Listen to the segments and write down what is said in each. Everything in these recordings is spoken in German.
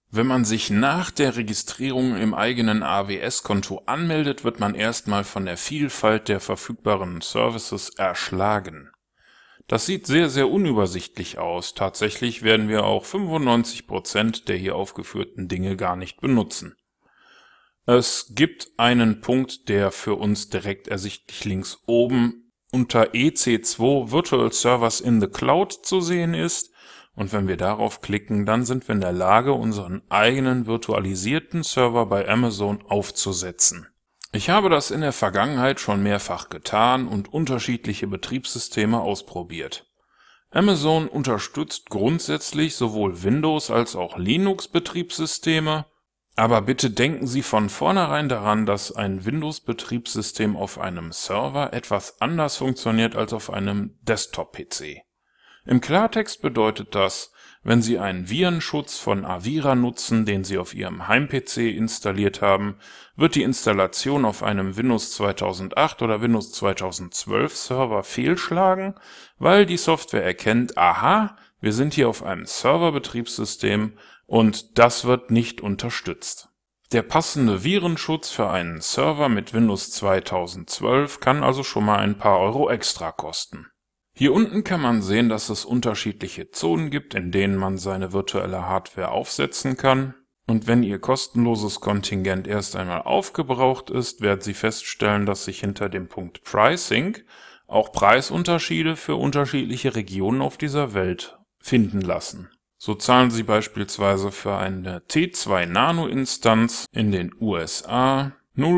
Wenn man sich nach der Registrierung im eigenen AWS-Konto anmeldet, wird man erstmal von der Vielfalt der verfügbaren Services erschlagen. Das sieht sehr, sehr unübersichtlich aus. Tatsächlich werden wir auch 95% der hier aufgeführten Dinge gar nicht benutzen. Es gibt einen Punkt, der für uns direkt ersichtlich links oben unter EC2 Virtual Servers in the Cloud zu sehen ist. Und wenn wir darauf klicken, dann sind wir in der Lage, unseren eigenen virtualisierten Server bei Amazon aufzusetzen. Ich habe das in der Vergangenheit schon mehrfach getan und unterschiedliche Betriebssysteme ausprobiert. Amazon unterstützt grundsätzlich sowohl Windows als auch Linux-Betriebssysteme, aber bitte denken Sie von vornherein daran, dass ein Windows-Betriebssystem auf einem Server etwas anders funktioniert als auf einem Desktop-PC. Im Klartext bedeutet das, wenn Sie einen Virenschutz von Avira nutzen, den Sie auf Ihrem Heim-PC installiert haben, wird die Installation auf einem Windows 2008 oder Windows 2012 Server fehlschlagen, weil die Software erkennt, aha, wir sind hier auf einem Serverbetriebssystem und das wird nicht unterstützt. Der passende Virenschutz für einen Server mit Windows 2012 kann also schon mal ein paar Euro extra kosten. Hier unten kann man sehen, dass es unterschiedliche Zonen gibt, in denen man seine virtuelle Hardware aufsetzen kann. Und wenn Ihr kostenloses Kontingent erst einmal aufgebraucht ist, werden Sie feststellen, dass sich hinter dem Punkt Pricing auch Preisunterschiede für unterschiedliche Regionen auf dieser Welt finden lassen. So zahlen Sie beispielsweise für eine T2 Nano Instanz in den USA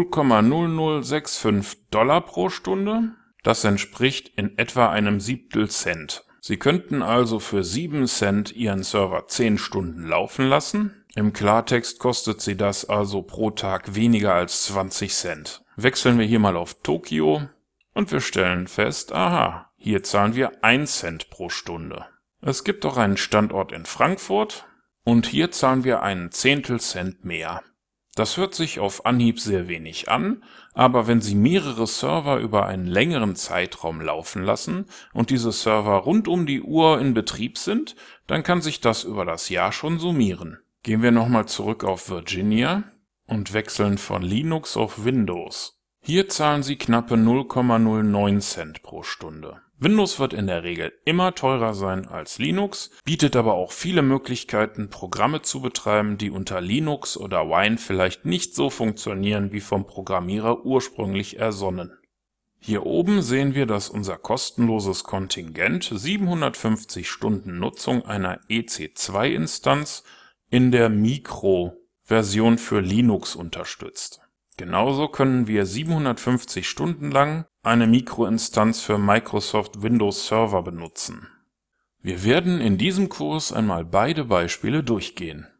$0,0065 pro Stunde. Das entspricht in etwa einem Siebtel Cent. Sie könnten also für 7 Cent Ihren Server 10 Stunden laufen lassen. Im Klartext kostet Sie das also pro Tag weniger als 20 Cent. Wechseln wir hier mal auf Tokio und wir stellen fest, aha, hier zahlen wir 1 Cent pro Stunde. Es gibt auch einen Standort in Frankfurt und hier zahlen wir einen Zehntelcent mehr. Das hört sich auf Anhieb sehr wenig an, aber wenn Sie mehrere Server über einen längeren Zeitraum laufen lassen und diese Server rund um die Uhr in Betrieb sind, dann kann sich das über das Jahr schon summieren. Gehen wir nochmal zurück auf Virginia und wechseln von Linux auf Windows. Hier zahlen Sie knappe 0,09 Cent pro Stunde. Windows wird in der Regel immer teurer sein als Linux, bietet aber auch viele Möglichkeiten, Programme zu betreiben, die unter Linux oder Wine vielleicht nicht so funktionieren wie vom Programmierer ursprünglich ersonnen. Hier oben sehen wir, dass unser kostenloses Kontingent 750 Stunden Nutzung einer EC2-Instanz in der Micro-Version für Linux unterstützt. Genauso können wir 750 Stunden lang eine Mikroinstanz für Microsoft Windows Server benutzen. Wir werden in diesem Kurs einmal beide Beispiele durchgehen.